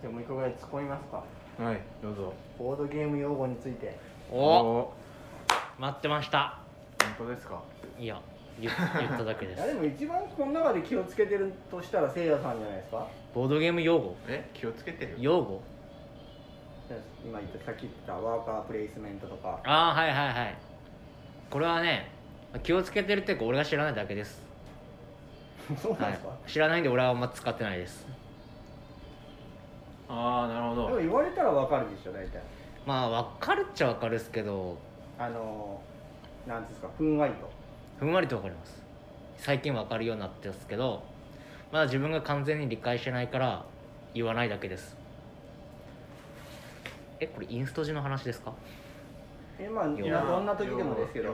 じゃあもう一個ぐらい突っ込みますか。 はい、どうぞ。 ボードゲーム用語について。 お待ってました。 本当ですか。 いや言っただけです。 いやでも一番この中で気をつけてるとしたらせいやさんじゃないですか。 ボードゲーム用語気をつけてる。 用語今言ったさっき言ったワーカープレイスメントとか。 ああはいはいはい。これはね気をつけてるっていうか俺が知らないだけです。 そうなんですか、 はい、知らないんで俺はあんま使ってないです。 ああなるほど。 でも言われたらわかるでしょ大体。 まあ分かるっちゃ分かるっすけどなんていうんですか、ふんわりとふんわりと分かります。最近分かるようになってますけどまだ自分が完全に理解してないから言わないだけです。これインスト時の話ですか。 まあどんな時でもですけど。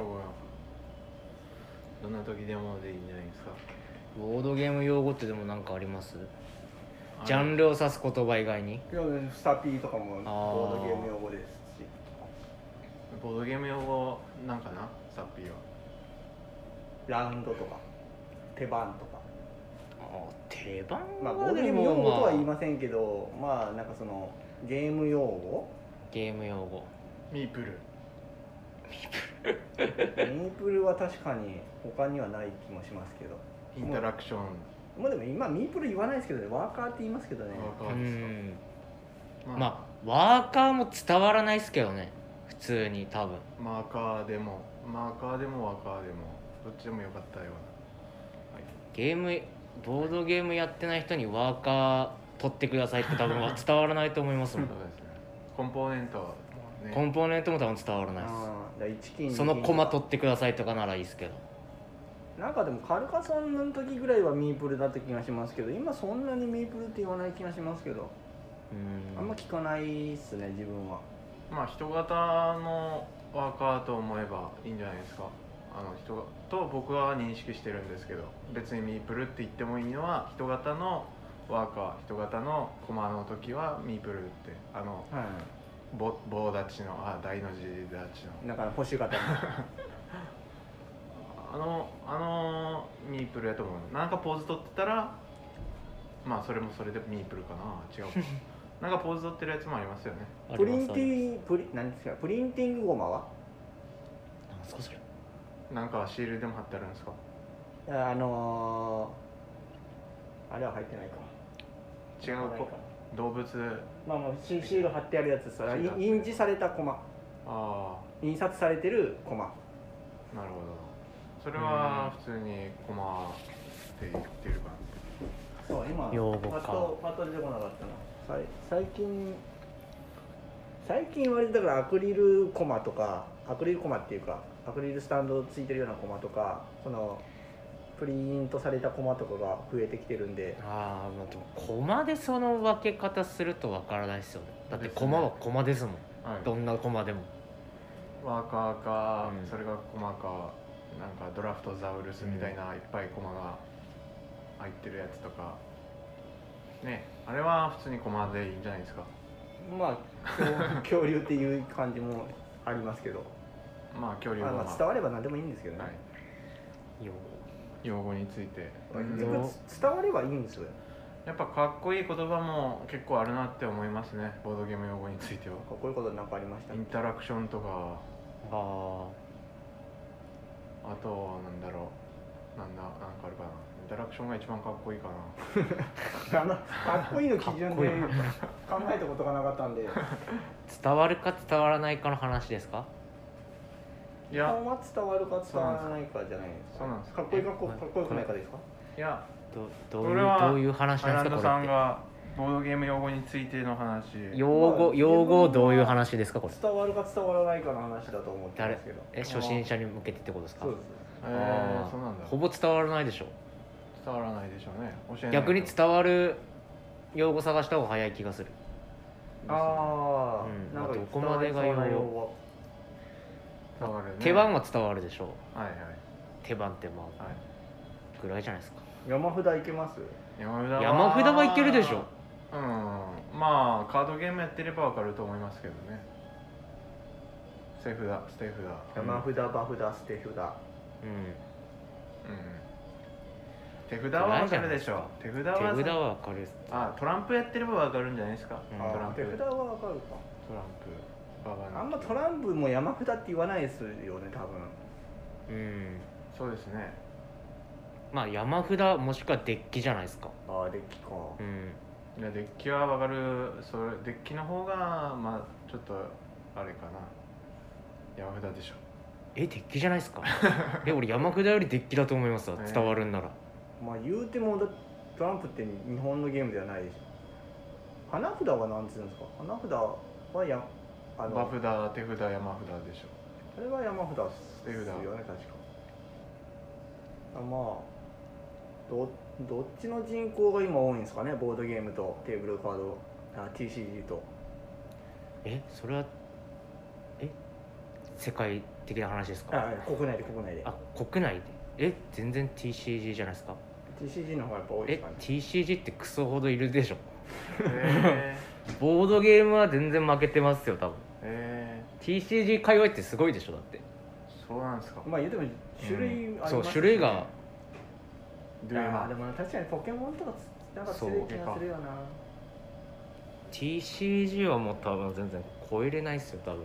どんな時でもでいいんじゃないですか。 ボードゲーム用語ってでも何かあります？ジャンルを指す言葉以外に。 いやスタピーとかもボードゲーム用語ですし。 ボードゲーム用語なんかな、サッピーは。 ラウンドとか手番とか。 手番まあボードゲーム用語とは言いませんけど、まあなんかそのゲーム用語。 ゲーム用語。 ミープル。 ミープルは確かに他にはない気もしますけど。 インタラクション。 まあでも今ミープル言わないですけどね、ワーカーって言いますけどね。 ワーカーですか。 まあワーカーも伝わらないですけどね、普通に多分。 マーカーでもワーカーでもどっちでもよかったような、はい、 ゲームボードゲームやってない人にワーカー取ってくださいって多分伝わらないと思いますもん。 そうですね。コンポーネント、ね、 コンポーネントも多分伝わらないです。そのコマ取ってくださいとかならいいですけど。なんかでもカルカソンの時ぐらいはミープルだった気がしますけど、今そんなにミープルって言わない気がしますけど、あんま聞かないっすね自分は。 まあ人型のワーカーと思えばいいんじゃないですか。人と僕は認識してるんですけど、別にミープルって言ってもいいのは人型のワーカー、人型のコマの時はミープルって棒立ちの大の字立ちのだから星型のミープルやと思う。なんかポーズ取ってたらまあそれもそれでミープルかな。違うかなんかポーズ取ってるやつもありますよね。 プリンティングゴマはなんですかそれ。 なんかシールでも貼ってあるんですか。 あれは入ってないか。 違う動物。 まあシール貼ってあるやつさ、印字されたコマ。印刷されてるコマ。 なるほど。それは普通にコマって言ってるかな。 そう今用語かパッと出てこなかったな。最近割とだからアクリルコマとか、アクリルコマっていうかアクリルスタンドついてるようなコマとか、そのプリントされたコマとかが増えてきてるんで。 でもコマでその分け方するとわからないですよね。だってコマはコマですもん、はい、どんなコマでも。 ワーカーか、それがコマか、なんかドラフトザウルスみたいな、いっぱいコマが入ってるやつとかね、あれは普通にコマでいいんじゃないですか。 まあ恐竜っていう感じもありますけど、 まあ恐竜は伝われば何でもいいんですけどね、はい、 用語について伝わればいいんですよ。 やっぱかっこいい言葉も結構あるなって思いますね、ボードゲーム用語については。 かっこいいことなんかありました。 インタラクションとか、あとなんだろう、なんかあるかな。インタラクションが一番かっこいいかなかっこいいの基準で考えたことがなかったんで伝わるか伝わらないかの話ですか。 いや、伝わるか伝わらないかじゃないですか。 そうなんです。 かっこいいかっこよくないかですか。 いや、 どういう話なんですかこれって。 さんがボードゲーム用語についての話。 用語どういう話ですかこれ。 伝わるか伝わらないかの話だと思ってますけど。 初心者に向けてってことですか。 そうです。 そうなんだ。 ほぼ伝わらないでしょ。 伝わらないでしょうね。 逆に伝わる用語探した方が早い気がする。 なんかどこまでが用語。 伝わるね。 手番は伝わるでしょう。 はいはい。 手番ってまあぐらいじゃないですか。 山札いけます？ 山札はいけるでしょ。 まあカードゲームやってればわかると思いますけどね。捨て札。 山札、場札、捨て札。 手札はわかるでしょ。手札は手札は分かる。 トランプやってればわかるんじゃないですか、 うんトランプ。 手札はわかるか。 トランプババ抜きあんまトランプも山札って言わないですよね多分。 そうですね。 まあ山札もしくはデッキじゃないですか。 ああデッキか。 いやデッキはわかる。それデッキの方がまあちょっとあれかな。山札でしょ。 デッキじゃないですか。俺山札よりデッキだと思いますわ、伝わるんなら。 まあ言うてもトランプって日本のゲームではないでしょ。花札は何て言うんですか。花札は場札、手札、山札でしょ。 あれは山札っす手札よね確か。まあどっちの人口が今多いんですかね。ボードゲームとテーブルカード、TCG と。 それは世界的な話ですか。 国内で。 国内で全然 TCG じゃないですか。 TCG の方がやっぱ多いですかね。 TCG ってクソほどいるでしょ。ボードゲームは全然負けてますよ多分。TCG 界隈ってすごいでしょだって。 そうなんですか。 まあ言うても種類ありますそう種類が。 でも確かにポケモンとかなんか強い気がするよな。 TCG はもう多分全然超えれないっすよ多分。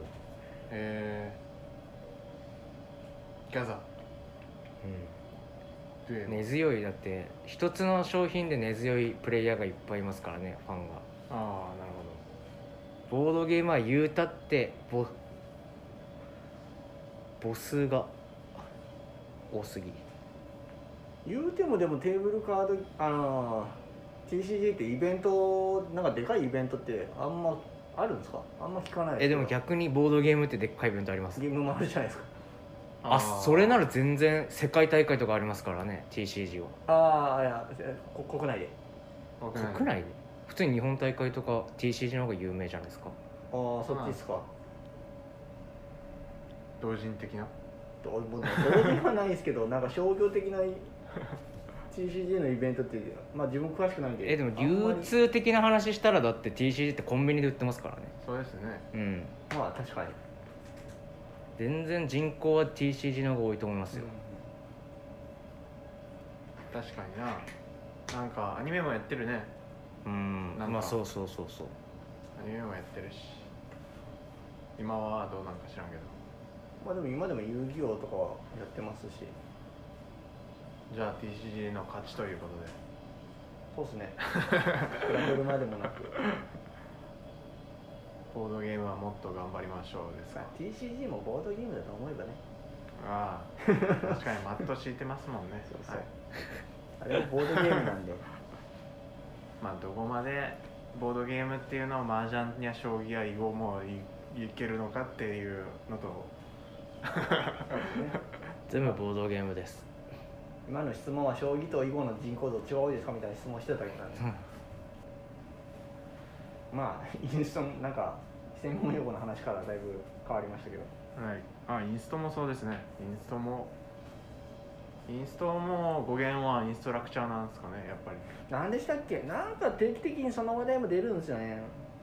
ギャザ根強い。だって一つの商品で根強いプレイヤーがいっぱいいますからね、ファンが。 なるほボードゲームは言うたって母数が多すぎ。 言うてもでもテーブルカードTCG ってイベントなんかでかいイベントってあんまあるんですか。あんま聞かないですけど。 でも逆にボードゲームってでっかいイベントあります。 ゲームもあるじゃないですか。 それなら全然世界大会とかありますからね TCG は。 いや国内で。 国内で普通に日本大会とか TCG の方が有名じゃないですか。 そっちですか。 同人的な。 同人はないですけどなんか商業的なTCG のイベントってまあ自分詳しくないんで。 でも流通的な話したらだって TCG ってコンビニで売ってますからね。 そうですね。 まあ確かに全然人口は TCG の方が多いと思いますよ。 確かにな。なんかアニメもやってるね。 まあそう。アニメもやってるし今はどうなんか知らんけど。 まあでも今でも遊戯王とかはやってますし。 じゃあ TCG の勝ちということで。 そうですね。比べるまでもなくボードゲームはもっと頑張りましょうですか。 TCG もボードゲームだと思えばね。 確かにマット敷いてますもんね。 そう、あれはボードゲームなんでまあどこまでボードゲームっていうのを麻雀や将棋や囲碁もいけるのかっていうのと全部ボードゲームです。 今の質問は将棋と囲碁の人口どっちが多いですかみたいな質問してたけどなんですまあインストなんか専門用語の話からだいぶ変わりましたけど。 インストもそうですね。インストも語源はインストラクチャーなんですかねやっぱり。 何でしたっけ。なんか定期的にその話題も出るんですよね。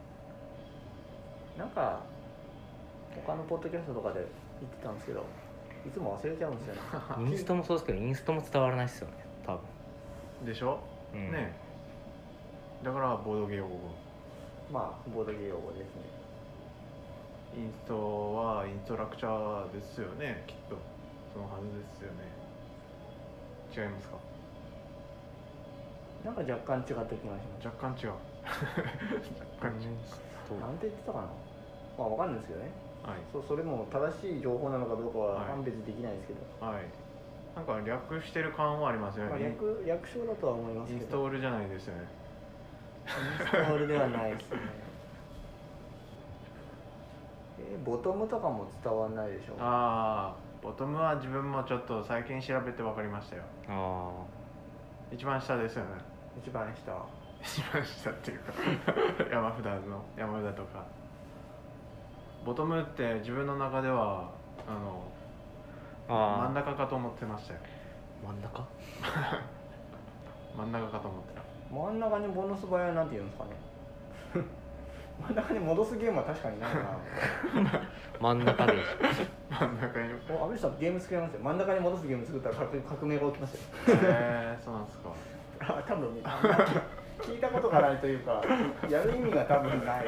なんか他のポッドキャストとかで言ってたんですけどいつも忘れちゃうんですよねインストもそうですけどインストも伝わらないですよね多分。 でしょ、ね。だからボードゲーム語。 まあボードゲーム語ですね。 インストはインストラクチャーですよねきっと。そのはずですよね。違いますか。 なんか若干違った気がします。 若干違うなんて言ってたかな。まあわかんないですけどね。それも正しい情報なのかどうかは判別できないですけど。 なんか略してる感はありますよね。 略称だとは思いますけど。 インストールじゃないですよね。 インストールではないですねボトムとかも伝わんないでしょ。 ボトムは自分もちょっと最近調べて分かりましたよ。一番下ですよね。 一番下っていうか山札とかボトムって自分の中では真ん中かと思ってましたよ。 真ん中かと思ってた。 真ん中にボーナスバイはなんて言うんですかね真ん中に戻すゲームは確かにないな真ん中でいい真ん中に安倍さんゲーム作れますよ。真ん中に戻すゲーム作ったら革命が起きますよそうなんですか。 多分聞いたことがないというかやる意味が多分ない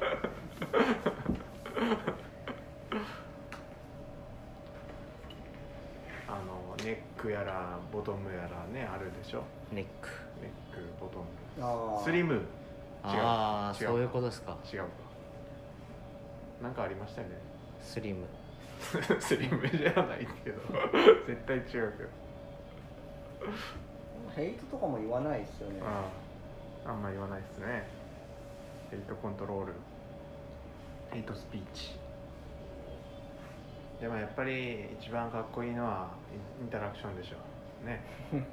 ネックやらボトムやらねあるでしょ。 ネックボトムあスリム。 ああ、 違うそういうことですか。 違うか。なんかありましたよね。 スリムスリムじゃないけど絶対違うけど。 ヘイトとかも言わないですよね。 あんま言わないですね。ヘイトコントロール、ヘイトスピーチ。でもやっぱり一番かっこいいのはインタラクションでしょうね。 うん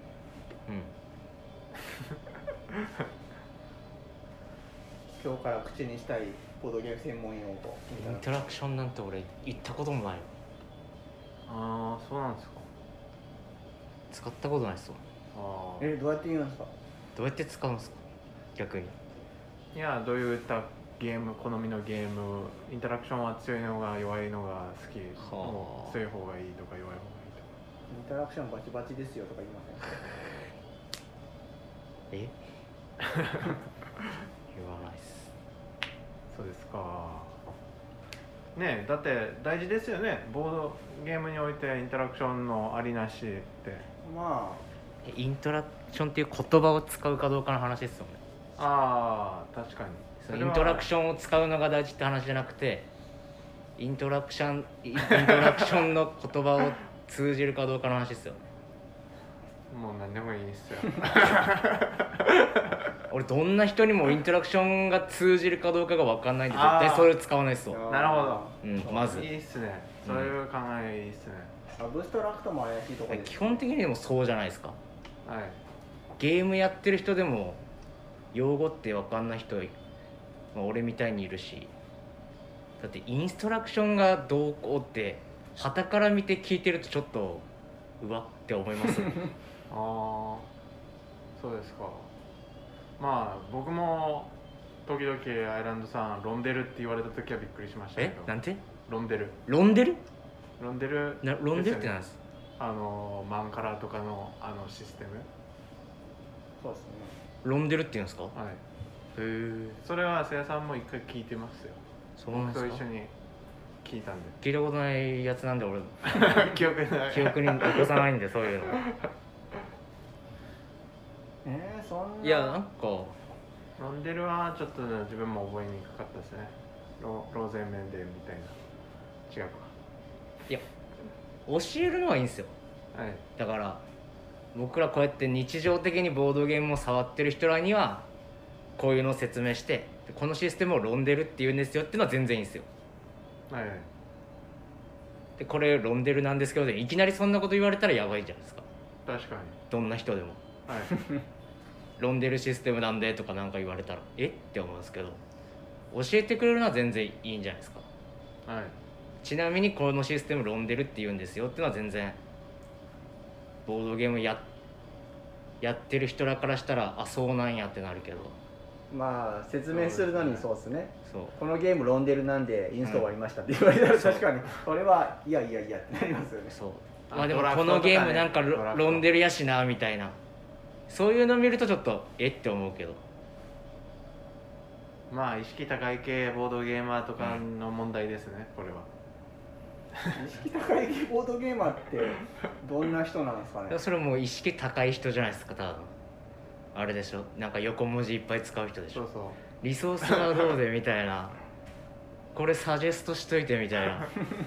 今日から口にしたいボードゲーム専門用語インタラクションなんて俺言ったこともないよ。 ああ、そうなんですか。 使ったことないっすわ。 あどうやって言うんですか？ どうやって使うんですか逆に。 いや、どういったゲーム、好みのゲーム、インタラクションは強いのが弱いのが好き、もう強い方がいいとか弱い方がいいとか。 インタラクションバチバチですよとか言いません？ 言わないっす。 そうですか。ねえ、だって大事ですよね。ボードゲームにおいてインタラクションのありなしって。 まインタラクションっていう言葉を使うかどうかの話ですよね。 ああ、確かに。 そのイントラクションを使うのが大事って話じゃなくて、イントラクションの言葉を通じるかどうかの話ですよね。 もう何でもいいっすよ。 俺どんな人にもインタラクションが通じるかどうかが分かんないんで絶対それ使わないっすわ。 なるほど。 まずいいっすね。そういう考えいいっすね。 あアブストラクトも怪しいところです。 基本的にでもそうじゃないですか。 はい。 ゲームやってる人でも用語って分かんない人、俺みたいにいるし、だってインストラクションがどうこうって傍から見て聞いてるとちょっとうわって思いますね。 ああ、そうですか。まあ僕も時々アイランドさんロンデルって言われた時はびっくりしましたけど。 なんてロンデルロンデルロンデルロンデルってなんです？ マンカラーとかのシステム。 そうですね。 ロンデルって言うんですか？ はい。 へえ。 それはせやさんも一回聞いてますよ。 そうなんですか？ 僕と一緒に聞いたんで。 聞いたことないやつなんで俺記憶ない。 記憶に残さないんでそういうの。 そんな。 いやなんかロンデルはちょっと自分も覚えにくかったですね。ローゼンメンデンみたいな。違うか。 いや教えるのはいいんですよ。 はい。 だから僕らこうやって日常的にボードゲームを触ってる人らにはこういうのを説明して、このシステムをロンデルって言うんですよっていうのは全然いいんですよ。 はいはい。 でこれロンデルなんですけどいきなりそんなこと言われたらやばいじゃないですか。 確かに。 どんな人でもはい。 ロンデルシステムなんでとかなんか言われたらって思うんですけど、教えてくれるのは全然いいんじゃないですか。 はい。 ちなみにこのシステムロンデルって言うんですよっていうのは全然ボードゲームやってる人らからしたらあそうなんやってなるけど、 まあ説明するのにそうですね。 そうこのゲームロンデルなんでインスト終わりましたって言われたら確かにこれはいやいやいやってなりますよね。 そうまあでもこのゲームなんかロンデルやしなみたいな、そういうの見るとちょっとって思うけど、 まあ意識高い系ボードゲーマーとかの問題ですね、これは。 意識高いボードゲーマーってどんな人なんですかね。 それもう意識高い人じゃないですか多分。あれでしょ、なんか横文字いっぱい使う人でしょ。 そうそう。 リソースがどうでみたいなこれサジェストしといてみたいな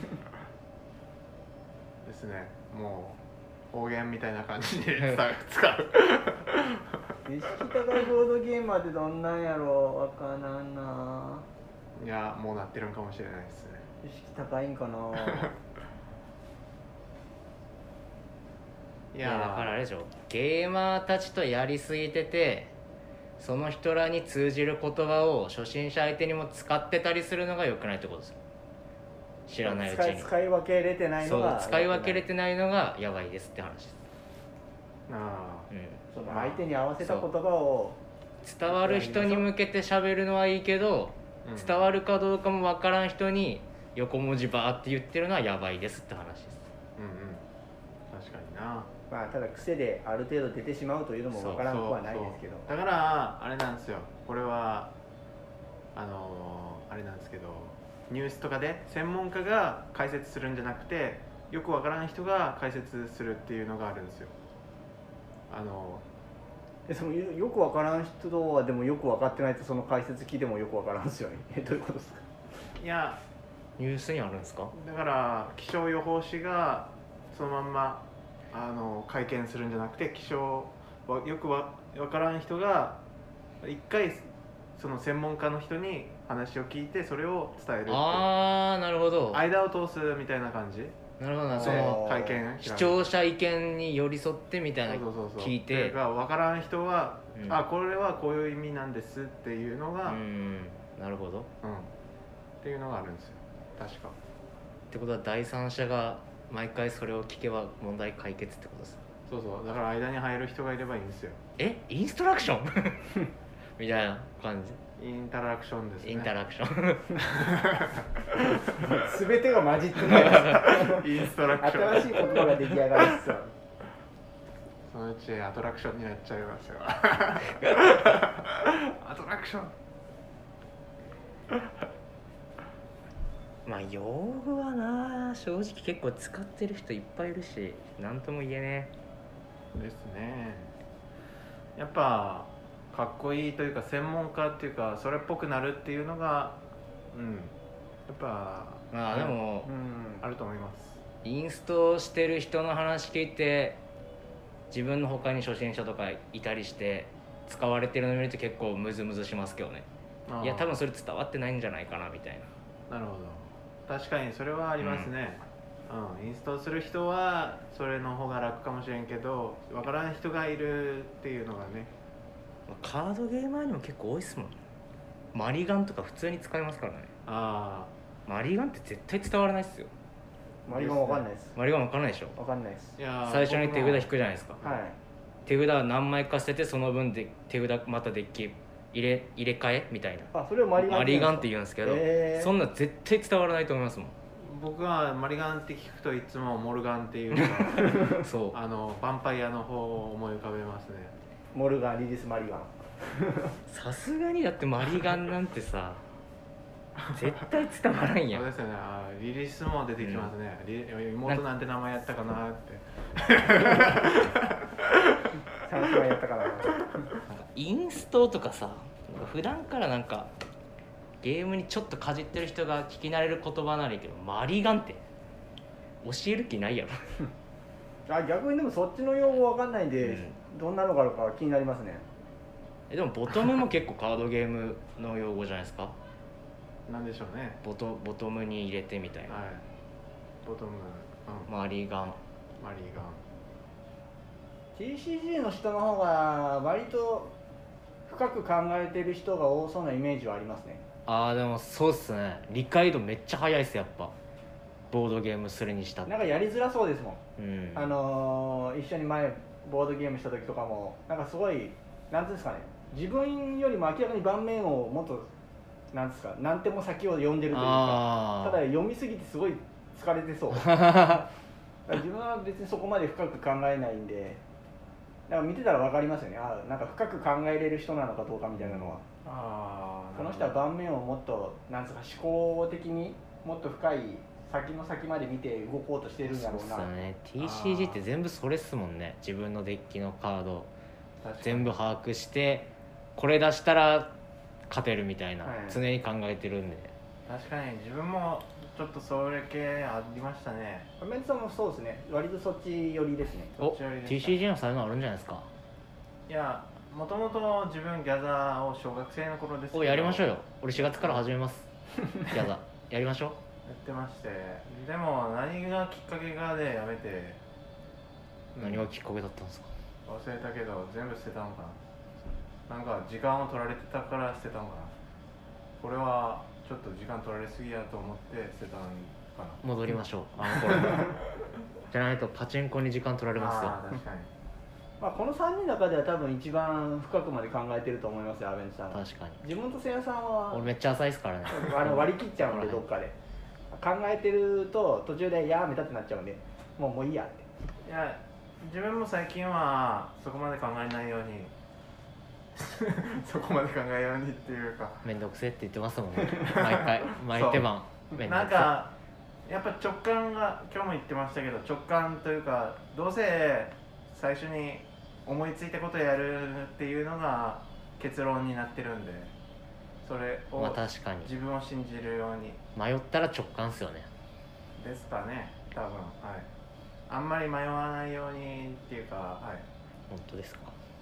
ですね。もう方言みたいな感じで使う。 意識高いボードゲーマーってどんなんやろわからんな。 いや、もうなってるんかもしれないですね。 意識高いんかな。 いやだからあれでしょ、ゲーマーたちとやりすぎててその人らに通じる言葉を初心者相手にも使ってたりするのが良くないってことですよ。知らないうちに使い分けれてないのがそう使い分けれてないのがやばいですって話です。 その相手に合わせた言葉を伝わる人に向けて喋るのはいいけど伝わるかどうかも分からん人に横文字バーって言ってるのはやばいですって話です。 うんうん、確かにな。 まあただ癖である程度出てしまうというのもわからんくはないですけど、 だからあれなんですよ、これはあれなんですけど、ニュースとかで専門家が解説するんじゃなくて、よくわからん人が解説するっていうのがあるんですよ。 そのよくわからん人はでもよく分かってないとその解説聞いてもよくわからんですよね。どういうことですか？ いやニュースにあるんですか？ だから気象予報士がそのまんま会見するんじゃなくて、気象はよくわからん人が一回その専門家の人に話を聞いてそれを伝えるっていう、 ああなるほど、 間を通すみたいな感じ。 なるほどな、そでの会見視聴者意見に寄り添ってみたいな聞いて、 が分からん人は、 うんあこれはこういう意味なんですっていうのが、 なるほど、 っていうのがあるんですよ確か。 ってことは第三者が毎回それを聞けば問題解決ってことです。 そうそう、だから間に入る人がいればいいんですよ。 インストラクションみたいな感じ。 インタラクションですね。 インタラクション全てが混じってないインストラクション新しい言葉が出来上がるっすよ。 そのうちアトラクションになっちゃいますよアトラクションまあ用語はな正直結構使ってる人いっぱいいるし何とも言えねですね。やっぱかっこいいというか専門家っていうかそれっぽくなるっていうのがやっぱまあでも、 あると思います。 インストしてる人の話聞いて自分の他に初心者とかいたりして使われてるの見ると結構ムズムズしますけどね。いや多分それ伝わってないんじゃないかなみたいな。なるほど、確かにそれはありますね。インストする人はそれの方が楽かもしれんけど分からん人がいるっていうのがね。 カードゲーマーにも結構多いっすもん。マリガンとか普通に使いますからね。マリガンって絶対伝わらないっすよ。 マリガンわかんないです。 マリガンわかんないでしょ。 わかんないです。 いや最初に手札引くじゃないですか。 はい。 手札何枚か捨ててその分で手札またデッキ入れ替えみたいな。 それをマリガンって言うんですけど、そんな絶対伝わらないと思いますもん。 僕はマリガンって聞くといつもモルガンっていうかそうヴァンパイアの方を思い浮かべますね。 モルガン、リリス・マリガンさすがにだってマリガンなんてさ絶対伝わらんやん。 そうですよね。リリスも出てきますね。妹なんて名前やったかなって 3枚やったかな。 なんかインストとかさ、普段からなんかゲームにちょっとかじってる人が聞き慣れる言葉ならいいけど、マリガンって教える気ないやろ逆にでもそっちの用語わかんないんで、どんなのがあるか気になりますね。 でもボトムも結構カードゲームの用語じゃないですか。 なんでしょうね。 ボトムに入れてみたいな、 ボトム、 マリガン。 マリガン TCG の人の方が割と深く考えてる人が多そうなイメージはありますね。 でもそうっすね。理解度めっちゃ早いっすやっぱ。ボードゲームするにしたってなんかやりづらそうですもん。一緒に前ボードゲームした時とかもなんかすごいなんていうんですかね、自分よりも明らかに盤面をもっとなんですか、何手も先を読んでるというか、ただ読みすぎてすごい疲れてそう自分は別にそこまで深く考えないんで、だから見てたら分かりますよね。なんか深く考えれる人なのかどうかみたいなのは。この人は盤面をもっとなんですか、思考的にもっと深い先の先まで見て動こうとしてるんだろうな。 そうっすよね。 TCG って全部それっすもんね。自分のデッキのカード全部把握してこれ出したら勝てるみたいな、常に考えてるんで。 確かに自分もちょっとそれ系ありましたね。 メンツさんもそうですね。割とそっち寄りですね。 TCG の才能あるんじゃないですか。 いや、もともと自分ギャザーを小学生の頃ですけど。 やりましょうよ。俺4月から始めますギャザーやりましょう。 やってまして、でも何がきっかけがでやめて。 何がきっかけだったんですか。 忘れたけど全部捨てたのかな。なんか時間を取られてたから捨てたのかな。これはちょっと時間取られすぎやと思って捨てたのかな。 戻りましょう、あの頃じゃないとパチンコに時間取られますよ。 確かにまあ、この3人の中では多分一番深くまで考えてると思いますよ、アベンジさんは。 確かに自分とせやさんは俺めっちゃ浅いですからね割り切っちゃうんで、どっかで考えてると途中でやめたってなっちゃうんで、もういいやって。 いや自分も最近はそこまで考えないようにそこまで考えようにっていうかめんどくせえって言ってますもんね毎手間めんどくせえなんかやっぱ直感が今日も言ってましたけど、直感というかどうせ最初に思いついたことをやるっていうのが結論になってるんで、それをまあ確かに自分を信じるように迷ったら直感っすよねですかね、多分。はい、あんまり迷わないようにっていうか、はい、 本当ですか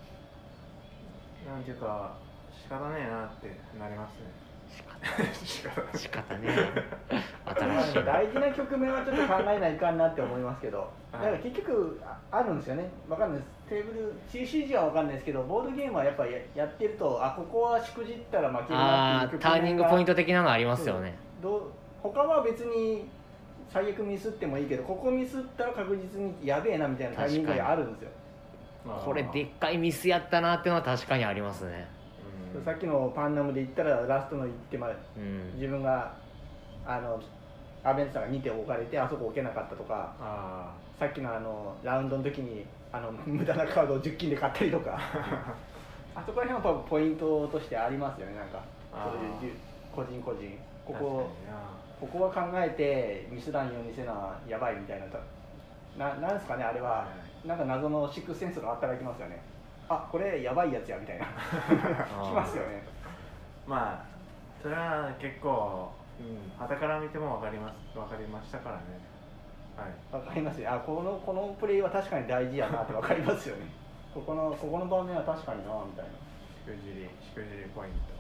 なんていうか仕方ねえなってなりますね。 仕方ね新しい大事な局面はちょっと考えないかんなって思いますけど、 はいだから結局あるんですよね。わかんないです。テーブル CCG はわかんないですけど、ボードゲームはやっぱやってると、ここはしくじったら負けるなっていうターニングポイント的なのありますよね。 他は別に最悪ミスってもいいけど、ここミスったら確実にやべえなみたいなタイミングがあるんですよ。 これでっかいミスやったなっていうのは確かにありますね。 さっきのパンナムで言ったらラストの1手まで、自分がアベンジさんが2手置かれてあそこ置けなかったとか、さっきのラウンドの時に無駄なカードを10金で買ったりとかあそこら辺はポイントとしてありますよね。なんかそういう個人ここは考えてミスらんようにせなやばいみたいな、なんですかね、あれはなんか謎のシックスセンスが働きますよね。これやばいやつやみたいなきますよね。 まあそれは結構傍から見ても分かりましたからね。 はい、分かりますよ。このプレイは確かに大事やなって分かりますよね。ここの場面は確かになみたいな。 しくじりポイント。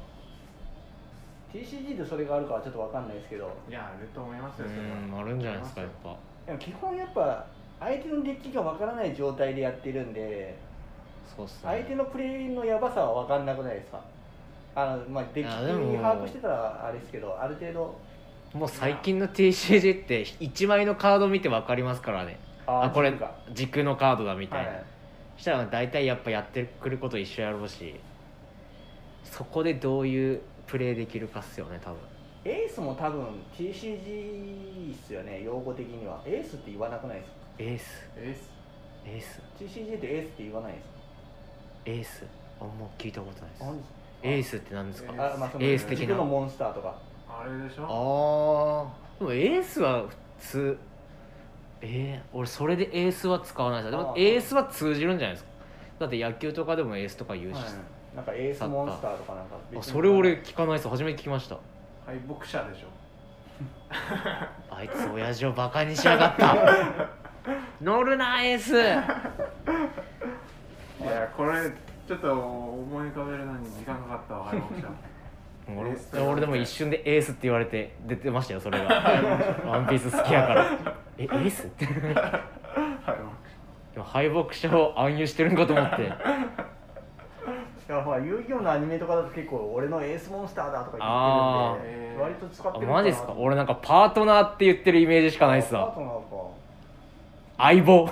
TCG でそれがあるかはちょっと分かんないですけど、 いやあると思いますよ。それはあるんじゃないですかやっぱ。 でも基本やっぱ相手のデッキが分からない状態でやってるんで、 そうっすね、 相手のプレイのやばさは分かんなくないですか。デッキ把握してたらあれですけど、ある程度もう最近の TCG って1枚のカード見て分かりますからね。これ軸のカードだみたいな、したら大体やっぱやってくること一緒やろうし、そこでどういうプレイできるかっすよね多分。 エースも多分 TCG っすよね、用語的には。エースって言わなくないですか。 エース TCG ってエースって言わないですか。 エースもう聞いたことないです。エースって何ですか。 エース的な軸のモンスターとかあれでしょ。 でもエースは普通俺それでエースは使わないです。でもエースは通じるんじゃないですか。だって野球とかでもエースとか言うし、 なんかエースモンスターとかなんかそれ俺聞かないです。初めて聞きました。 敗北者でしょあいつ親父をバカにしやがった乗るなエース。いやこれちょっと思い浮かべるのに時間かかったわ敗北者俺でも一瞬でエースって言われて出てましたよそれがワンピース好きやからエースって敗北者を暗喩してるんかと思って。 だからほら遊戯王のアニメとかだと結構俺のエースモンスターだとか言ってるんで割と使ってる。 マジですか。俺なんかパートナーって言ってるイメージしかないっすわ。 パートナーか相棒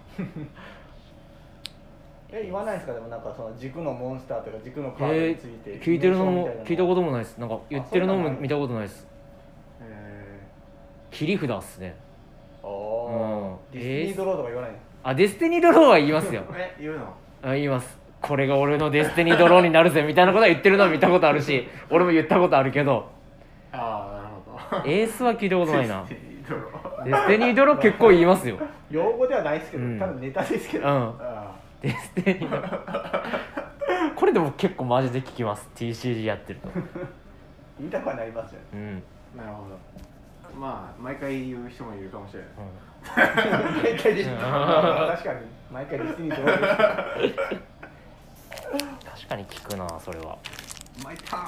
言わないですか。でもなんかその軸のモンスターとか軸のカードについて、 聞いてるのも聞いたこともないです。なんか言ってるのも見たことないです。切り札っすね。 ディスティニードローとか言わないの。 ディスティニードローは言いますよ言うの。 言います。これが俺のディスティニードローになるぜみたいなことは言ってるのは見たことあるし俺も言ったことあるけど、 なるほど。 エースは聞いたことないな。ディスティニードロー結構言いますよ。 用語ではないですけど、ただネタですけど。 ディスティニードローこれでも結構マジで聞きます。 TCG やってると言いたくはなりますよね。なるほど。まあ毎回言う人もいるかもしれない。 毎回です。確かに毎回ディスティニードロー確かに聞くなそれは。 マイター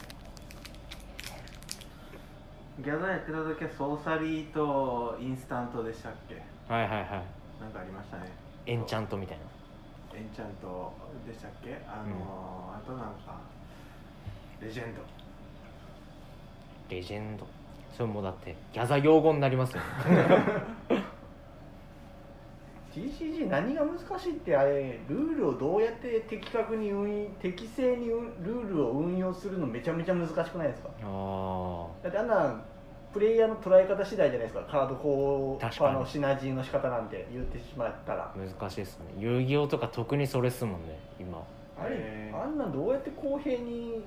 ギャザーやってた時はソーサリーとインスタントでしたっけ。 なんかありましたね。 エンチャントみたいな。 エンチャントでしたっけ。あとなんかレジェンドそれもだってギャザ用語になりますよ TCG 何が難しいってあれルールをどうやって適正にルールを運用するのめちゃめちゃ難しくないですか。だってあんなプレイヤーの捉え方次第じゃないですか。カードこうのシナジーの仕方なんて言ってしまったら難しいですね。遊戯王とか特にそれっすもんね今。 あんなんどうやって公平に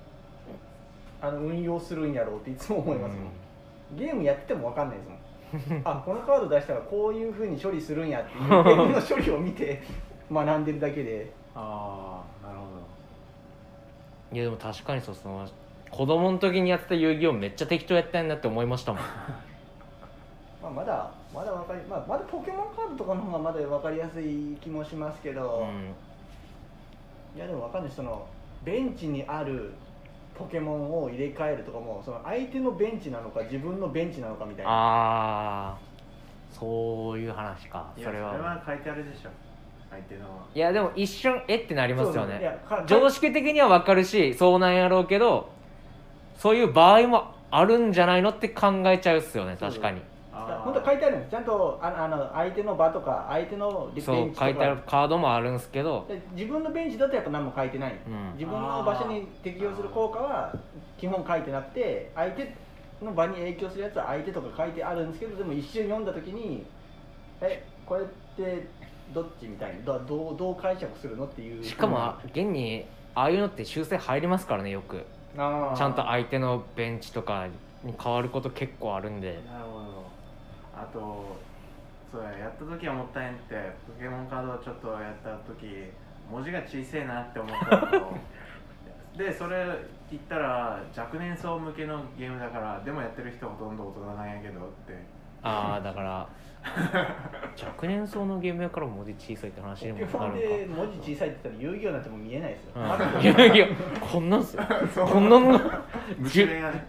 運用するんやろうっていつも思いますもん、ゲームやってても分かんないですもんあ、このカード出したらこういう風に処理するんやっていうゲームの処理を見て学んでるだけで。 ああ、なるほど。 いやでも確かにその子供の時にやってた遊戯王めっちゃ適当やったんだって思いましたもんまだまだポケモンカードとかの方がまだ分かりやすい気もしますけど、いやでも分かんない。そのベンチにあるポケモンを入れ替えるとかもその相手のベンチなのか自分のベンチなのかみたいな。 ああ、そういう話か。 それは書いてあるでしょ相手の。 いやでも一瞬ってなりますよね。 そう常識的には分かるしそうなんやろうけど、そういう場合もあるんじゃないのって考えちゃうっすよね。確かに本当は書いてあるんです。ちゃんと相手の場とか相手のベンチとかそう書いてあるカードもあるんですけど、 自分のベンチだとやっぱ何も書いてない、自分の場所に適用する効果は基本書いてなくて、相手の場に影響するやつは相手とか書いてあるんですけど、でも一瞬読んだ時にこれってどっちみたいな、どう解釈するのっていう。 しかも現にああいうのって修正入りますからねよく。ちゃんと相手のベンチとかに変わること結構あるんで。 なるほど。あとそうやった時はもったいんってポケモンカードをちょっとやった時文字が小さいなって思ったのでそれ言ったら若年層向けのゲームだからでもやってる人ほとんど大人なんやけどって。 ああだから若年層のゲームやから文字小さいって話にもなるのか。 ポケモンで文字小さいって言ったら遊戯王なんてもう見えないですよ、 遊戯王こんなんすよこんなのが娘がね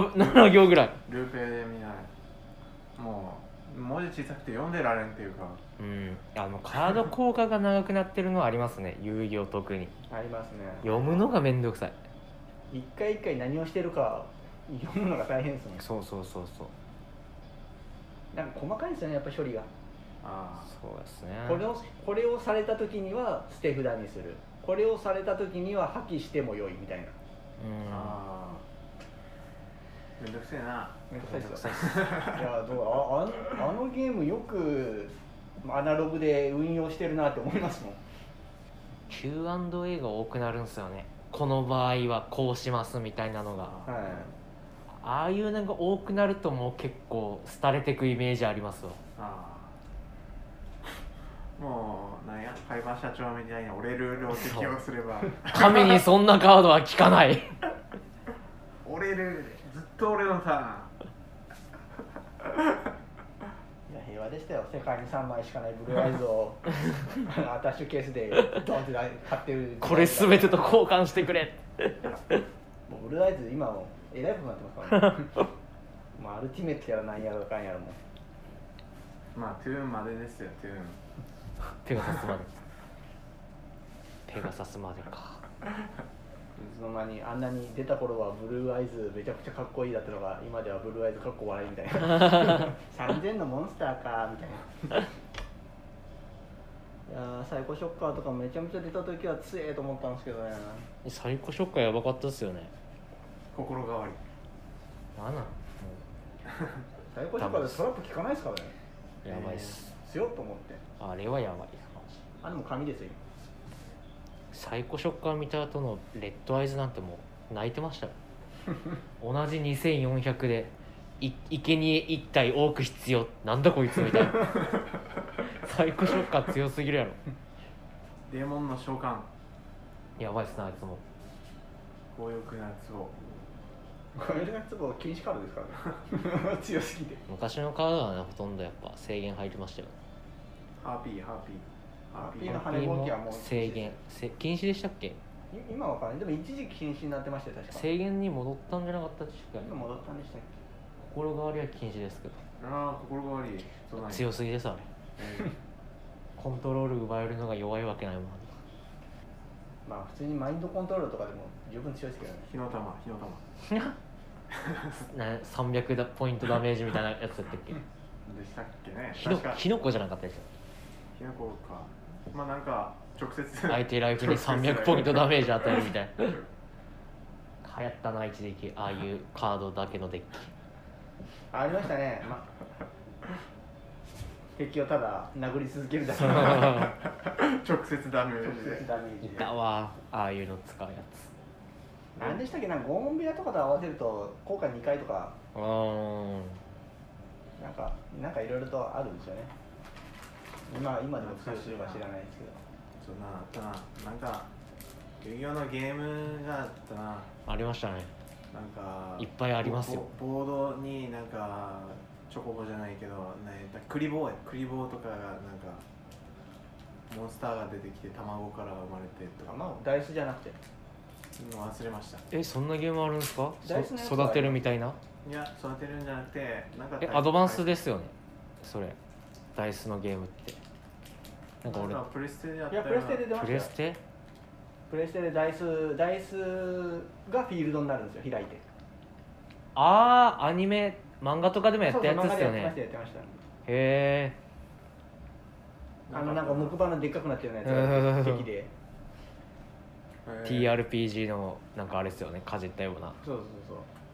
7行ぐらいルーペで見ない。もう文字小さくて読んでられんっていうか、 カード効果が長くなってるのはありますね遊戯王特に。 ありますね。 読むのがめんどくさい。 一回一回何をしてるか読むのが大変ですもん。 そうなんか細かいですよねやっぱ処理が。 そうですね。 これをされた時には捨て札にする、これをされた時には破棄してもよいみたいな。 めんどくせえな。 めんどくさいっすよいやあのゲームよくアナログで運用してるなって思いますもん。 Q&A が多くなるんですよね。この場合はこうしますみたいなのが、ああいうのが多くなるともう結構廃れてくイメージありますわ。 もうなんや海馬社長みたいな俺ルールを適用すれば神にそんなカードは効かない俺ルールでずっと俺のターン。 いや平和でしたよ。世界に3枚しかないブルーアイズをアタッシュケースでドンって買ってるこれ全てと交換してくれもうブルーアイズ今もえらいことになってますからねまあアルティメットやらなんやらかんやらもまあトゥーンまでですよ。トゥーンペガサスまでペガサスまでか。 いつの間にあんなに出た頃はブルーアイズめちゃくちゃかっこいいだったのが今ではブルーアイズかっこ悪いみたいな3000のモンスターかみたいないやサイコショッカーとかめちゃめちゃ出た時は強えと思ったんですけどね。 サイコショッカーやばかったっすよね。 心変わりなんなんサイコショッカーでトラップ効かないですからね。 やばいっす、 強っと思って。 あれはやばい。 あでも紙ですよサイコショッカー見た後のレッドアイズなんてもう泣いてましたよ同じ2400で生贄1体多く必要なんだこいつみたいなサイコショッカー強すぎるやろ。 デーモンの召喚やばいっすなあいつも。 強欲なツボこれがちょっと禁止カードですからね強すぎて。 昔のカードはねほとんどやっぱ制限入りましたよ。 ハーピーの羽根号機はもう制限禁止でしたっけ。 今は分からない。でも一時期禁止になってましたよ確か。 制限に戻ったんじゃなかったでしたっけ。 今戻ったんでしたっけ。 心変わりは禁止ですけど。 心変わりそうなんや。 強すぎですあれコントロール奪えるのが弱いわけないもん。 まあ普通にマインドコントロールとかでも十分強いですけどね。 火の玉 300ポイントダメージみたいなやつだったっけでしたっけね。 火の粉じゃなかったでしょ。 キノコか。まあなんか直接相手ライフに300ポイントダメージ与えるみたいな。流行ったな一時期、ああいうカードだけのデッキ。 ありましたね、敵をただ殴り続けるだけの直接ダメージで。 いたわああいうの使うやつ。 何でしたっけ、なんかゴーンベアとかと合わせると効果2回とかなんかいろいろとあるんですよね。今でも通用するか知らないですけど。 そうななんか遊戯王のゲームがあったな。 ありましたね。 なんかいっぱいありますよ。 ボードになんかチョコボじゃないけど、クリボーとかがなんかモンスターが出てきて卵から生まれてとか。 ダイスじゃなくて忘れました。 そんなゲームあるんですか？ ダイスのやつは育てるみたいな。 いや育てるんじゃなくてなんかアドバンスですよねそれ。ダイスのゲームってなんか俺プレステでやったいやプレステで出ましたよ。プレステでダイスがフィールドになるんですよ、開いて。 アニメ漫画とかでもやったやつですよね。 やってました。 へえ。 なんか木馬のでっかくなってるやつが敵で。 TRPG のなんかあれですよね、かじったような。 そう